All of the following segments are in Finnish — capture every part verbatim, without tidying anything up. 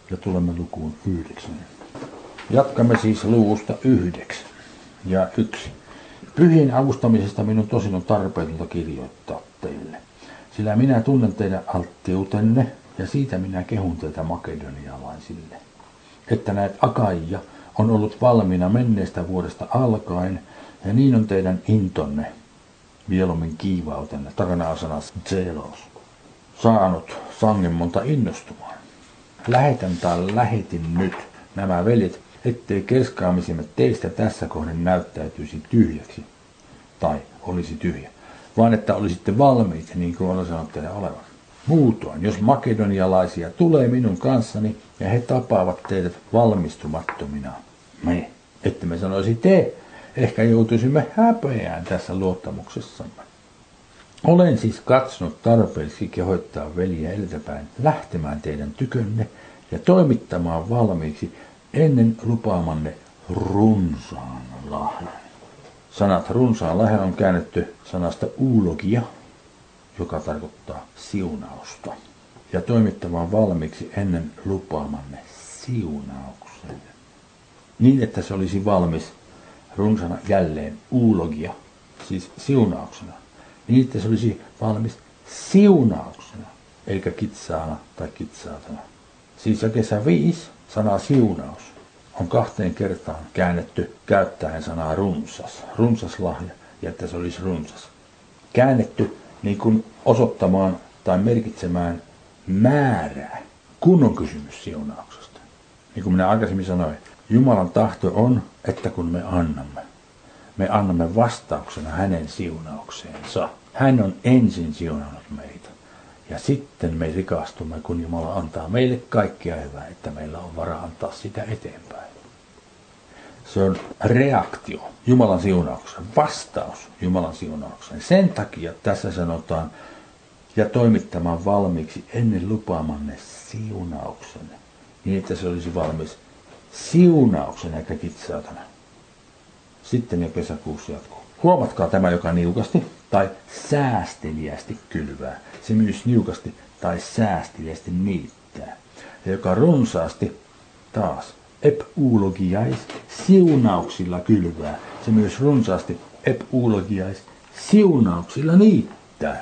ja tulemme lukuun yhdeksän. Jatkamme siis luvusta yhdeksän ja yksi. Pyhien avustamisesta minun tosin on tarpeetonta kirjoittaa teille, sillä minä tunnen teidän alttiutenne ja siitä minä kehun teitä makedonialaisille, että näet Akaija on ollut valmiina menneestä vuodesta alkaen ja niin on teidän intonne, mieluummin kiivautenne, takana on sana zelos, saanut sangen monta innostumaan. Lähetän tai lähetin nyt nämä veljet, ettei kerskaamisimme teistä tässä kohden näyttäytyisi tyhjäksi, tai olisi tyhjä, vaan että olisitte valmiit, niin kuin olen sanonut teille olevan. Muutoin, jos makedonialaisia tulee minun kanssani, ja he tapaavat teidät valmistumattomina, me, että me sanoisi te, ehkä joutuisimme häpeään tässä luottamuksessamme. Olen siis katsonut tarpeeksi kehottaa veljiä edeltäpäin lähtemään teidän tykönne ja toimittamaan valmiiksi ennen lupaamanne runsaan lahjan. Sanat runsaan lahja on käännetty sanasta uulogia, joka tarkoittaa siunausta, ja toimittamaan valmiiksi ennen lupaamanne siunauksen. Niin, että se olisi valmis runsana jälleen uulogia, siis siunauksena. Niin, että se olisi valmis siunauksena, eikä kitsaana tai kitsaatana. Siis jakeessa viisi sana siunaus on kahteen kertaan käännetty käyttäen sanaa runsas, runsas lahja, ja että se olisi runsas. Käännetty niin kuin osoittamaan tai merkitsemään määrää, kun on kysymys siunauksesta. Niin kuin minä aikaisemmin sanoin, Jumalan tahto on, että kun me annamme, me annamme vastauksena hänen siunaukseensa. Hän on ensin siunannut meitä. Ja sitten me rikastumme, kun Jumala antaa meille kaikkea hyvää, että meillä on varaa antaa sitä eteenpäin. Se on reaktio Jumalan siunaukseen, vastaus Jumalan siunaukseen. Sen takia tässä sanotaan, ja toimittamaan valmiiksi ennen lupaamanne siunauksen, niin että se olisi valmis siunauksen eikä kitsaatana. Sitten jo kesäkuussa jatkuu. Huomatkaa tämä, joka niukasti tai säästeliästi kylvää. Se myös niukasti tai säästeliästi niittää. Ja joka runsaasti taas epoulogiais siunauksilla kylvää. Se myös runsaasti epoulogiais siunauksilla niittää.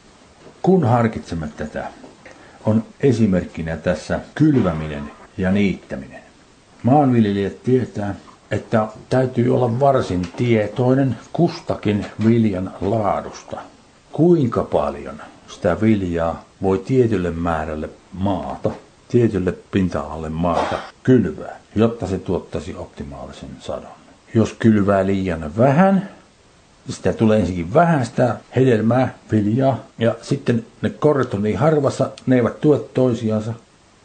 Kun harkitsemme tätä, on esimerkkinä tässä kylväminen ja niittäminen. Maanviljelijät tietää, että täytyy olla varsin tietoinen kustakin viljan laadusta. Kuinka paljon sitä viljaa voi tietylle määrälle maata, tietylle pinta-alalle maata kylvää, jotta se tuottaisi optimaalisen sadon. Jos kylvää liian vähän, sitä tulee ensinnäkin vähän sitä hedelmää, viljaa, ja sitten ne korret on niin harvassa, ne eivät tue toisiansa.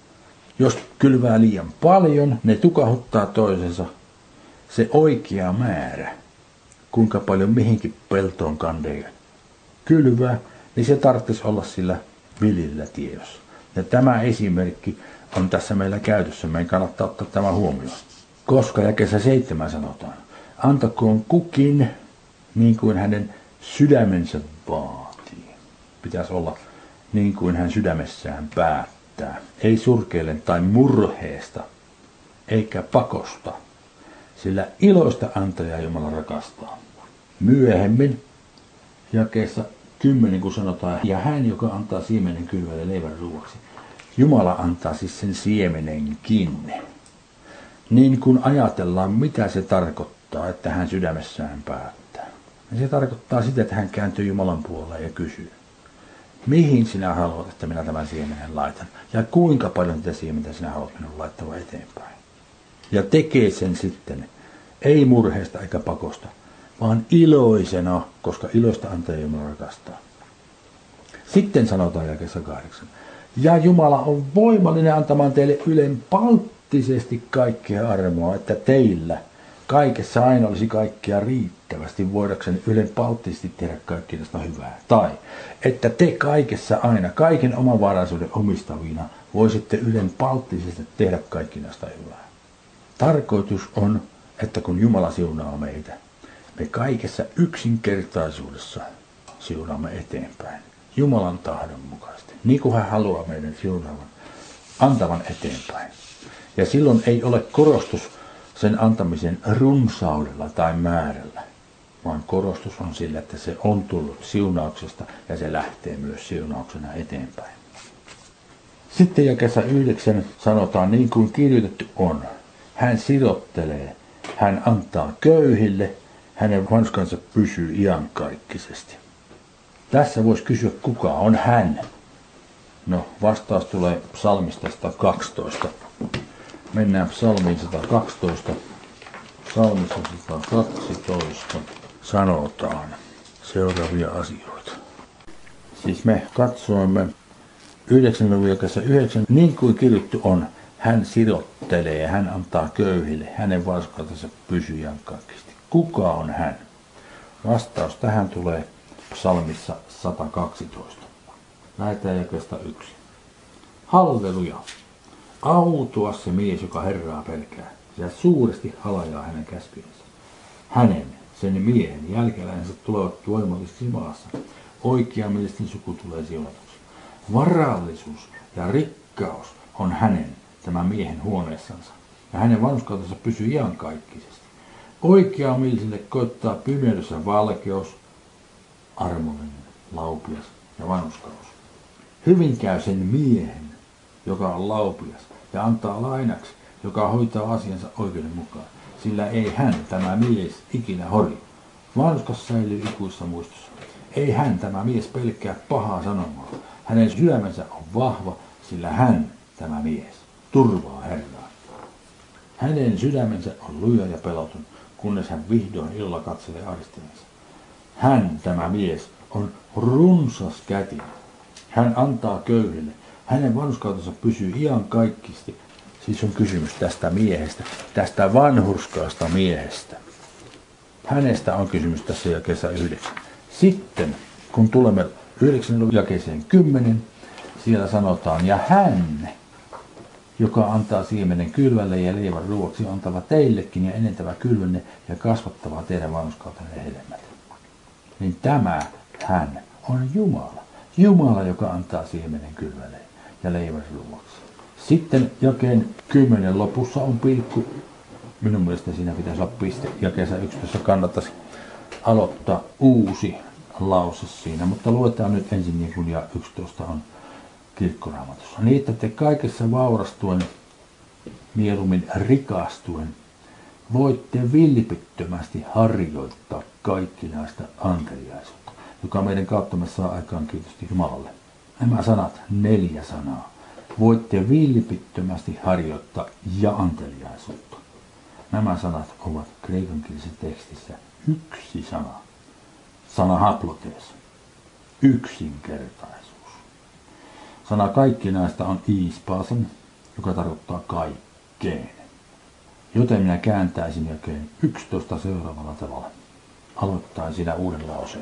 Jos kylvää liian paljon, ne tukahuttaa toisensa. Se oikea määrä, kuinka paljon mihinkin peltoon kandeen kylvää, niin se tarvitsisi olla sillä viljellä tiedossa. Ja tämä esimerkki on tässä meillä käytössä. Meidän kannattaa ottaa tämä huomioon. Koska jakeessa seitsemän sanotaan, antakoon kukin niin kuin hänen sydämensä vaatii. Pitäisi olla niin kuin hän sydämessään päättää. Ei surkeillen tai murheesta, eikä pakosta. Sillä iloista antajaa Jumala rakastaa. Myöhemmin jakeessa kymmenen, kun sanotaan, ja hän, joka antaa siemenen kylvälle leivän ruuaksi. Jumala antaa siis sen siemenenkin. Niin kun ajatellaan, mitä se tarkoittaa, että hän sydämessään päättää. Ja se tarkoittaa sitä, että hän kääntyy Jumalan puolelle ja kysyy, mihin sinä haluat, että minä tämän siemenen laitan? Ja kuinka paljon tätä siementä sinä haluat minun laittava eteenpäin? Ja tekee sen sitten, ei murheesta eikä pakosta, vaan iloisena, koska iloista antaja Jumala rakastaa. Sitten sanotaan jakeessa kahdeksan. Ja Jumala on voimallinen antamaan teille ylenpalttisesti kaikkea armoa, että teillä kaikessa aina olisi kaikkea riittävästi voidakseni ylenpalttisesti tehdä kaikkea hyvää. Tai että te kaikessa aina, kaiken omavaraisuuden omistavina, voisitte ylenpalttisesti tehdä kaikkinasta hyvää. Tarkoitus on, että kun Jumala siunaa meitä, me kaikessa yksinkertaisuudessa siunaamme eteenpäin. Jumalan tahdon mukaisesti. Niin kuin hän haluaa meidän siunaavan. antavan eteenpäin. Ja silloin ei ole korostus sen antamisen runsaudella tai määrällä, vaan korostus on sillä, että se on tullut siunauksesta ja se lähtee myös siunauksena eteenpäin. Sitten jakeessa yhdeksän sanotaan niin kuin kirjoitettu on. Hän sirottelee, hän antaa köyhille, hänen vanskansa pysyy iankaikkisesti. Tässä voisi kysyä, kuka on hän? No, vastaus tulee psalmista sata kaksitoista. Mennään psalmiin sata kaksitoista. Psalmissa sata kaksitoista sanotaan seuraavia asioita. Siis me katsoimme yhdeksän luvun jakeessa yhdeksän, niin kuin kirjoittu on. Hän sirottelee, hän antaa köyhille, hänen vanskansa pysyy iankaikkisesti. Kuka on hän? Vastaus tähän tulee psalmissa sata kaksitoista. Lähetään jakeesta yksi. Halleluja! Autua se mies, joka Herraa pelkää, ja suuresti halajaa hänen käskyjensä. Hänen, sen miehen, jälkeläisensä tulevat voimallisesti maassa. Oikeamielisten suku tulee siunatuksi. Varallisuus ja rikkaus on hänen, tämän miehen huoneessansa, ja hänen vanhurskautensa pysyy iankaikkisesti. Oikeamielisille koittaa pimeydessä valkeus, armollinen, laupias ja vanhurskaus. Hyvin käy sen miehen, joka on laupias ja antaa lainaksi, joka hoitaa asiansa oikeuden mukaan. Sillä ei hän, tämä mies, ikinä hori. Vanhurskas säilyy ikuissa muistossa. Ei hän, tämä mies, pelkää pahaa sanomaa. Hänen sydämensä on vahva, sillä hän, tämä mies, turvaa Herraa. Hänen sydämensä on luja ja peloton, kunnes hän vihdoin illalla katselee aristimensa. Hän, tämä mies, on runsas kätinen. Hän antaa köyhille. Hänen vanhurskautensa pysyy iankaikkisesti. Siis on kysymys tästä miehestä, tästä vanhurskaasta miehestä. Hänestä on kysymys tässä jakeessa yhdeksän. Sitten, kun tulemme yhdeksän luvun jakeeseen kymmenen, siellä sanotaan, ja hän, joka antaa siemenen kylvälle ja leivän ruoaksi, antava teillekin ja enentävä kylvänne ja kasvattava teidän vanhurskautenne hedelmät. Niin tämä hän on Jumala. Jumala, joka antaa siemenen kylvälle ja leivän ruoaksi. Sitten jakeen kymmenen lopussa on pilkku. Minun mielestä siinä pitäisi olla piste. Jakeessa yksitoista kannattaisi aloittaa uusi lause siinä, mutta luetaan nyt ensin niin kuin ja yksitoista on Kirkkoraamatussa. Niin, että te kaikessa vaurastuen, mieluummin rikastuen, voitte vilpittömästi harjoittaa kaikkinaista anteliaisuutta, joka meidän kauttamme saa aikaan kiitosti Jumalalle. Nämä sanat, neljä sanaa. Voitte vilpittömästi harjoittaa ja anteliaisuutta. Nämä sanat ovat kreikankielisessä tekstissä yksi sana. Sana haplotes. Yksinkertaisuus. Sana kaikkinaista on iispasen, joka tarkoittaa kaikkeen. Joten minä kääntäisin jakeen yksitoista seuraavalla tavalla. Aloittaen siinä uuden lauseen.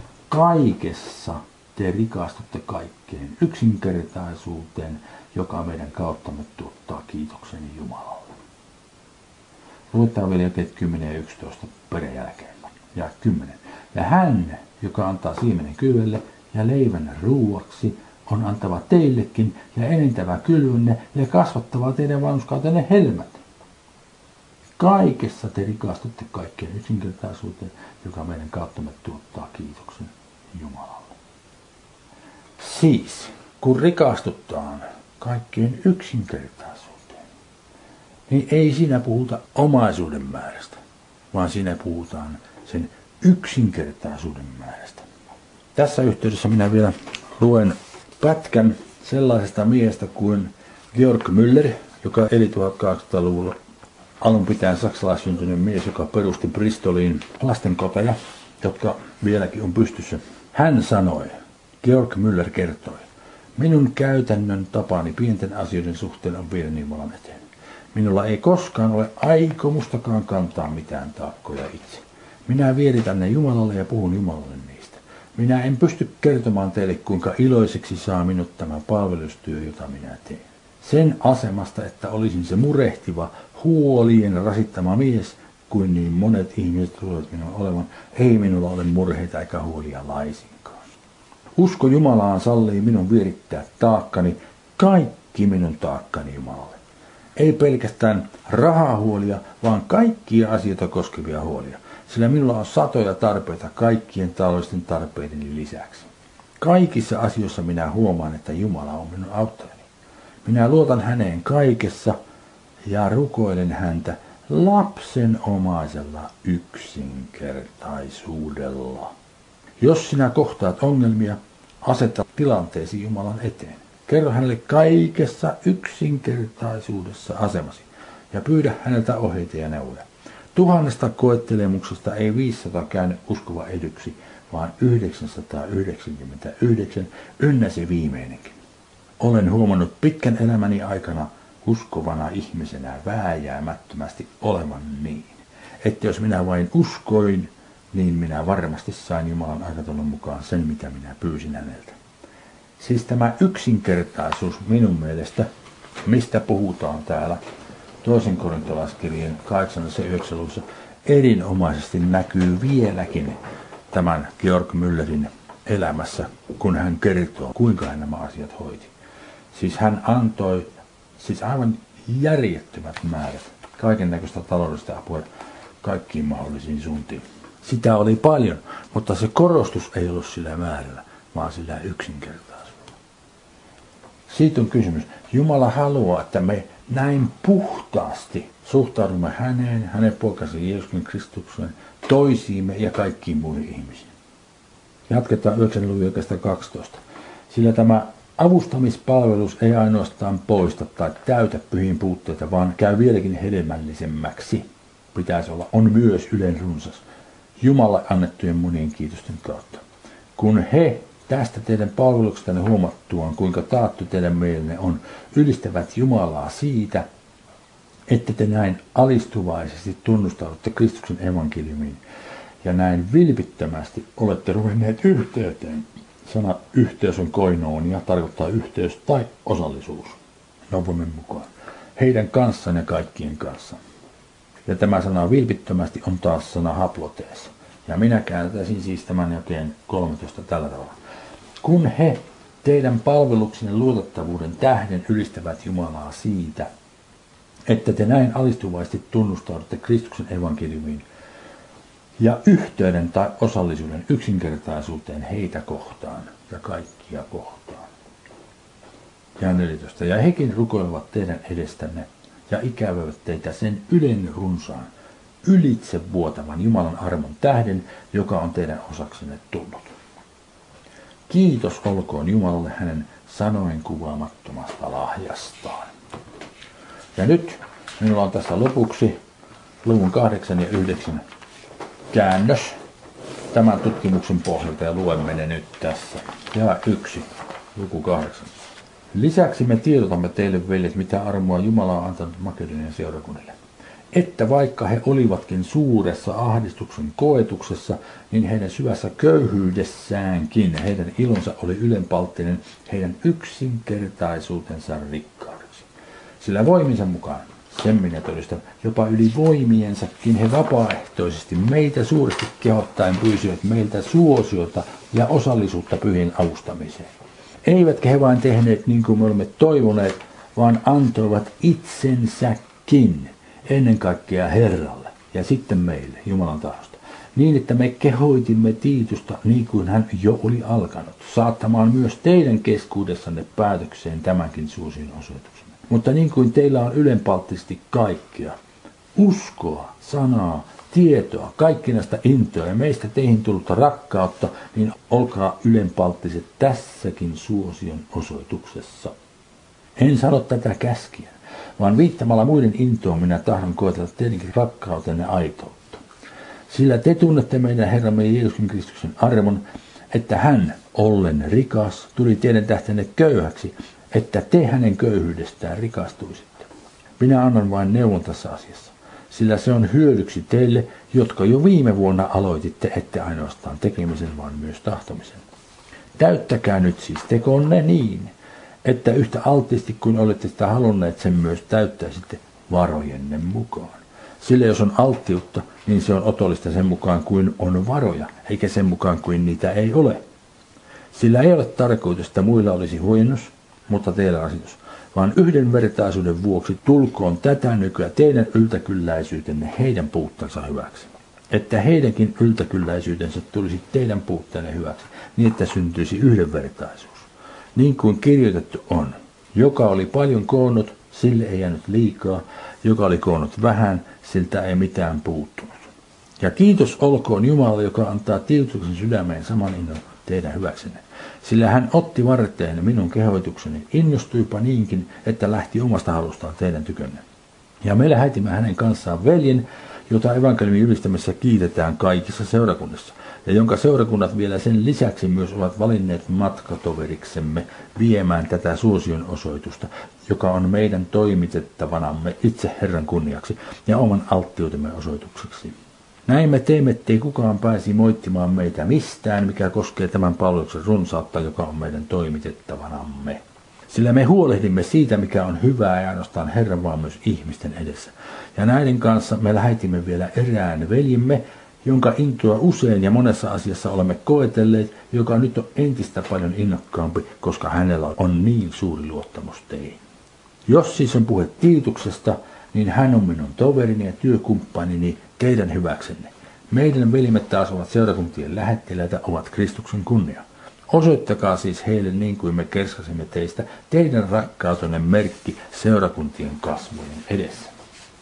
Kaikessa te rikastutte kaikkeen yksinkertaisuuteen, joka meidän kauttamme tuottaa kiitokseni Jumalalle. Luetaan vielä jakeet kymmenen ja yksitoista peräjälkeen. Ja kymmenen. Ja hän, joka antaa siemenen kylvälle ja leivän ruuaksi, on antava teillekin ja enentävä kylvynne ja kasvattava teidän vanhurskautenne helmät. Kaikessa te rikastutte kaikkeen yksinkertaisuuteen, joka meidän kauttamme tuottaa kiitoksen Jumalalle. Siis, kun rikastutaan kaikkeen yksinkertaisuuteen, niin ei siinä puhuta omaisuuden määrästä, vaan siinä puhutaan sen yksinkertaisuuden määrästä. Tässä yhteydessä minä vielä luen pätkän sellaisesta miehestä kuin Georg Müller, joka eli tuhatkahdeksansataaluvulla alun pitäen saksalaissyntynyt mies, joka perusti Bristoliin lastenkoteja, jotka vieläkin on pystyssä. Hän sanoi, Georg Müller kertoi, minun käytännön tapani pienten asioiden suhteen on viedä Jumalan eteen. Minulla ei koskaan ole aikomustakaan kantaa mitään taakkoja itse. Minä vieritän ne Jumalalle ja puhun Jumalalle niistä. Minä en pysty kertomaan teille, kuinka iloiseksi saa minut tämä palvelustyö, jota minä teen. Sen asemasta, että olisin se murehtiva, huolien rasittama mies, kuin niin monet ihmiset luulevat minua olevan, ei minulla ole murheita eikä huolia laisinkaan. Usko Jumalaan sallii minun vierittää taakkani, kaikki kaikki minun taakkani Jumalalle. Ei pelkästään rahahuolia, vaan kaikkia asioita koskevia huolia. Sillä minulla on satoja tarpeita kaikkien taloudellisten tarpeiden lisäksi. Kaikissa asioissa minä huomaan, että Jumala on minun auttajani. Minä luotan häneen kaikessa ja rukoilen häntä lapsenomaisella yksinkertaisuudella. Jos sinä kohtaat ongelmia, aseta tilanteesi Jumalan eteen. Kerro hänelle kaikessa yksinkertaisuudessa asemasi ja pyydä häneltä ohjeita ja neuvoja. Tuhannesta koettelemuksesta ei viisisataa käänny uskova edyksi, vaan yhdeksänsataayhdeksänkymmentäyhdeksän ynnä se viimeinenkin. Olen huomannut pitkän elämäni aikana uskovana ihmisenä vääjäämättömästi olevan niin, että jos minä vain uskoin, niin minä varmasti sain Jumalan aikataulun mukaan sen, mitä minä pyysin häneltä. Siis tämä yksinkertaisuus minun mielestä, mistä puhutaan täällä toisen korintolaiskirjeen kahdeksannessa ja yhdeksännessä luvussa, erinomaisesti näkyy vieläkin tämän Georg Müllerin elämässä, kun hän kertoo, kuinka hän nämä asiat hoiti. Siis hän antoi siis aivan järjettömät määrät kaiken näköistä taloudellista apua kaikkiin mahdollisiin suuntiin. Sitä oli paljon, mutta se korostus ei ollut sillä määrällä, vaan sillä yksinkertaisuudella. Siitä on kysymys. Jumala haluaa, että me näin puhtaasti suhtaudumme häneen, hänen poikansa Jeesuksen Kristukseen, toisiimme ja kaikkiin muihin ihmisiin. Jatketaan yhdeksännen luvun jakeesta kaksitoista. Sillä tämä avustamispalvelus ei ainoastaan poista tai täytä pyhiin puutteita, vaan käy vieläkin hedelmällisemmäksi. Pitäisi olla, on myös ylen runsas. Jumalalle annettujen monien kiitosten kautta. Kun he tästä teidän palveluksestanne huomattuaan, kuinka taattu teidän mielenne on, ylistävät Jumalaa siitä, että te näin alistuvaisesti tunnustaudutte Kristuksen evankeliumiin ja näin vilpittömästi olette ruvenneet yhteyteen. Sana yhteys on koinoonia, tarkoittaa yhteys tai osallisuus, Novomen mukaan, heidän kanssaan ja kaikkien kanssa. Ja tämä sana vilpittömästi on taas sana haploteessa. Ja minä kääntäisin siis tämän jakeen kolmetoista tällä tavalla. Kun he teidän palveluksenne luotettavuuden tähden ylistävät Jumalaa siitä, että te näin alistuvaisesti tunnustaudutte Kristuksen evankeliumiin ja yhteyden tai osallisuuden yksinkertaisuuteen heitä kohtaan ja kaikkia kohtaan. Ja neljätoista. Ja hekin rukoilevat teidän edestänne ja ikävöivät teitä sen ylen runsaan, ylitse vuotavan Jumalan armon tähden, joka on teidän osaksenne tullut. Kiitos olkoon Jumalalle hänen sanoen kuvaamattomasta lahjastaan. Ja nyt minulla on tässä lopuksi luvun kahdeksan ja yhdeksän käännös tämän tutkimuksen pohjalta ja luemme ne nyt tässä. Ja yksi, luku kahdeksan. Lisäksi me tiedotamme teille, veljet, mitä armoa Jumala on antanut Makedonian seurakunnille. Että vaikka he olivatkin suuressa ahdistuksen koetuksessa, niin heidän syvässä köyhyydessäänkin heidän ilonsa oli ylenpalttinen heidän yksinkertaisuutensa rikkaudeksi. Sillä voiminsa mukaan, sen minä todistan, jopa yli voimiensakin he vapaaehtoisesti meitä suuresti kehottaen pyysivät meiltä suosiota ja osallisuutta pyhin avustamiseen. Eivätkä he vain tehneet niin kuin me olemme toivoneet, vaan antoivat itsensäkin ennen kaikkea Herralle ja sitten meille Jumalan tahdosta. Niin, että me kehoitimme Tiitusta niin kuin hän jo oli alkanut, saattamaan myös teidän keskuudessanne päätökseen tämänkin suosion osoituksen. Mutta niin kuin teillä on ylenpalttisesti kaikkea, uskoa, sanaa, tietoa, kaikkinaista intoa ja meistä teihin tullutta rakkautta, niin olkaa ylenpalttiset tässäkin suosion osoituksessa. En sano tätä käskien, vaan viittamalla muiden intoon minä tahdon koetella teidänkin rakkautenne aitoutta. Sillä te tunnette meidän Herramme Jeesuksen Kristuksen armon, että hän, ollen rikas, tuli teidän tähtenne köyhäksi, että te hänen köyhyydestään rikastuisitte. Minä annan vain neuvon tässä asiassa, sillä se on hyödyksi teille, jotka jo viime vuonna aloititte, ette ainoastaan tekemisen, vaan myös tahtomisen. Täyttäkää nyt siis tekonne niin, että yhtä altisti kuin olette sitä halunneet, sen myös täyttäisitte varojenne mukaan. Sillä jos on alttiutta, niin se on otollista sen mukaan kuin on varoja, eikä sen mukaan kuin niitä ei ole. Sillä ei ole tarkoitus, että muilla olisi huojennus, mutta teillä rasitus, vaan yhdenvertaisuuden vuoksi tulkoon tätä nykyä teidän yltäkylläisyytenne heidän puutteensa hyväksi. Että heidänkin yltäkylläisyytensä tulisi teidän puutteenne hyväksi, niin että syntyisi yhdenvertaisuus. Niin kuin kirjoitettu on, joka oli paljon koonnut, sille ei jäänyt liikaa, joka oli koonnut vähän, siltä ei mitään puuttunut. Ja kiitos olkoon Jumalalle, joka antaa tiutuksen sydämeen saman innon teidän hyväksenne. Sillä hän otti varteen minun kehoitukseni, innostuipa niinkin, että lähti omasta halustaan teidän tykönne. Ja me lähetimme hänen kanssaan veljen, jota evankeliumin ylistämisessä kiitetään kaikissa seurakunnissa, ja jonka seurakunnat vielä sen lisäksi myös ovat valinneet matkatoveriksemme viemään tätä suosion osoitusta, joka on meidän toimitettavanamme itse Herran kunniaksi ja oman alttiutemme osoitukseksi. Näin me teemme, ettei kukaan pääsi moittimaan meitä mistään, mikä koskee tämän palveluksen runsautta, joka on meidän toimitettavanamme. Sillä me huolehdimme siitä, mikä on hyvää ja ainoastaan Herran, vaan myös ihmisten edessä. Ja näiden kanssa me lähetimme vielä erään veljimme, jonka intoa usein ja monessa asiassa olemme koetelleet, joka nyt on entistä paljon innokkaampi, koska hänellä on niin suuri luottamus teihin. Jos siis on puhe Tiituksesta, niin hän on minun toverini ja työkumppanini teidän hyväksenne. Meidän velimme taas ovat seurakuntien lähettiläitä, ovat Kristuksen kunnia. Osoittakaa siis heille niin kuin me kerskasimme teistä teidän rakkautenne merkki seurakuntien kasvojen edessä.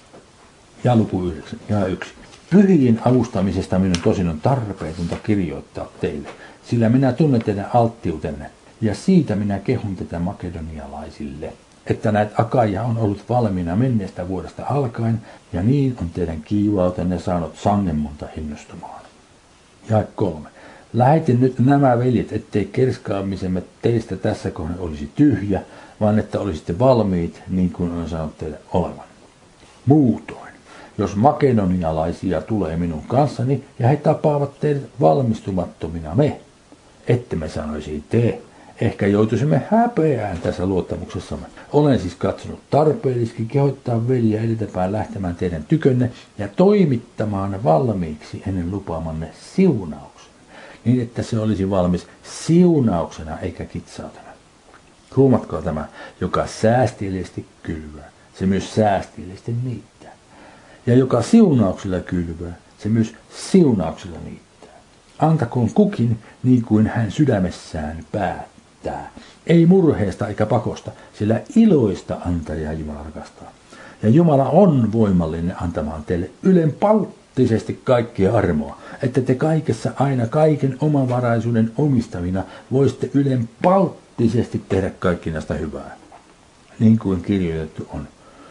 Ja luku yhdeksän, ja yksi. Pyhien avustamisesta minun tosin on tarpeetonta kirjoittaa teille, sillä minä tunnen teidän alttiutenne, ja siitä minä kehun tätä makedonialaisille, että näitä Akaija on ollut valmiina menneestä vuodesta alkaen, ja niin on teidän kiivautenne saanut sangen monta innostumaan. Ja kolme. Lähetin nyt nämä veljet, ettei kerskaamisemme teistä tässä kohden olisi tyhjä, vaan että olisitte valmiit, niin kuin olen sanonut teille olevan. Muutoin, jos makedonialaisia tulee minun kanssani, ja he tapaavat teidät valmistumattomina me, ette me sanoisi te, ehkä joutuisimme häpeään tässä luottamuksessamme. Olen siis katsonut tarpeellisesti kehottaa veljiä edeltäpäin lähtemään teidän tykönne ja toimittamaan valmiiksi ennen lupaamanne siunauksen, niin että se olisi valmis siunauksena eikä kitsautena. Huomatkaa tämä, joka säästillisesti kylvää, se myös säästillisesti niittää. Ja joka siunauksella kylvää, se myös siunauksella niittää. Antakoon kukin niin kuin hän sydämessään päättää. Ei murheesta eikä pakosta, sillä iloista antajaa Jumala rakastaa. Ja Jumala on voimallinen antamaan teille ylenpalttisesti kaikkia armoa, että te kaikessa aina kaiken omavaraisuuden omistavina voisitte ylenpalttisesti tehdä kaikkinasta hyvää. Niin kuin kirjoitettu on.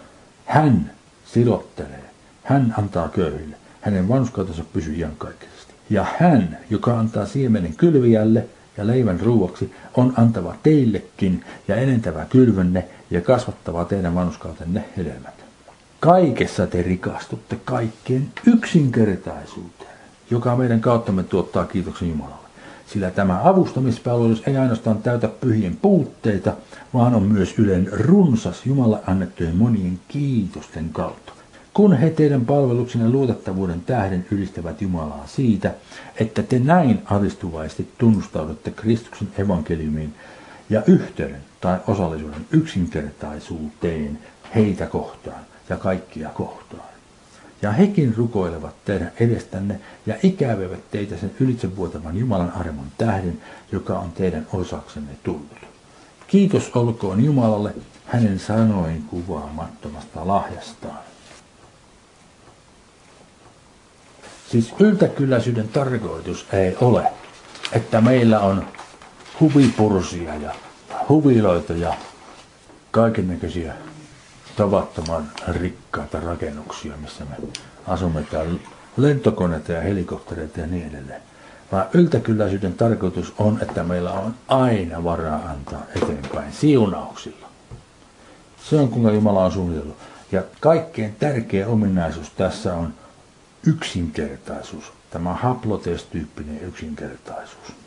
Hän silottelee, hän antaa köyhille, hänen vanhuskautensa pysyy iankaikkisesti. Ja hän, joka antaa siemenen kylvijälle ja leivän ruuaksi, on antava teillekin ja enentävä kylvönne ja kasvattava teidän vanhuskautenne hedelmät. Kaikessa te rikastutte kaikkeen yksinkertaisuuteen, joka meidän kauttamme tuottaa kiitoksen Jumalalle. Sillä tämä avustamispalvelus ei ainoastaan täytä pyhien puutteita, vaan on myös ylen runsas Jumalalle annettujen monien kiitosten kautta. Kun he teidän palveluksenne luotettavuuden tähden ylistävät Jumalaa siitä, että te näin alistuvaisesti tunnustaudutte Kristuksen evankeliumiin ja yhteyden tai osallisuuden yksinkertaisuuteen heitä kohtaan ja kaikkia kohtaan. Ja hekin rukoilevat teidän edestänne ja ikävevät teitä sen ylitsevuotavan Jumalan armon tähden, joka on teidän osaksenne tullut. Kiitos olkoon Jumalalle hänen sanoin kuvaamattomasta lahjastaan. Siis yltäkylläisyyden tarkoitus ei ole, että meillä on huvipursia ja huviloita ja kaikennäköisiä tavattoman rikkaita rakennuksia, missä me asumme täällä, lentokoneita ja helikoptereita ja niin edelleen. Vaan yltäkylläisyyden tarkoitus on, että meillä on aina varaa antaa eteenpäin siunauksilla. Se on kuinka Jumala on suunnitellut. Ja kaikkein tärkeä ominaisuus tässä on yksinkertaisuus. Tämä haplotes-tyyppinen yksinkertaisuus.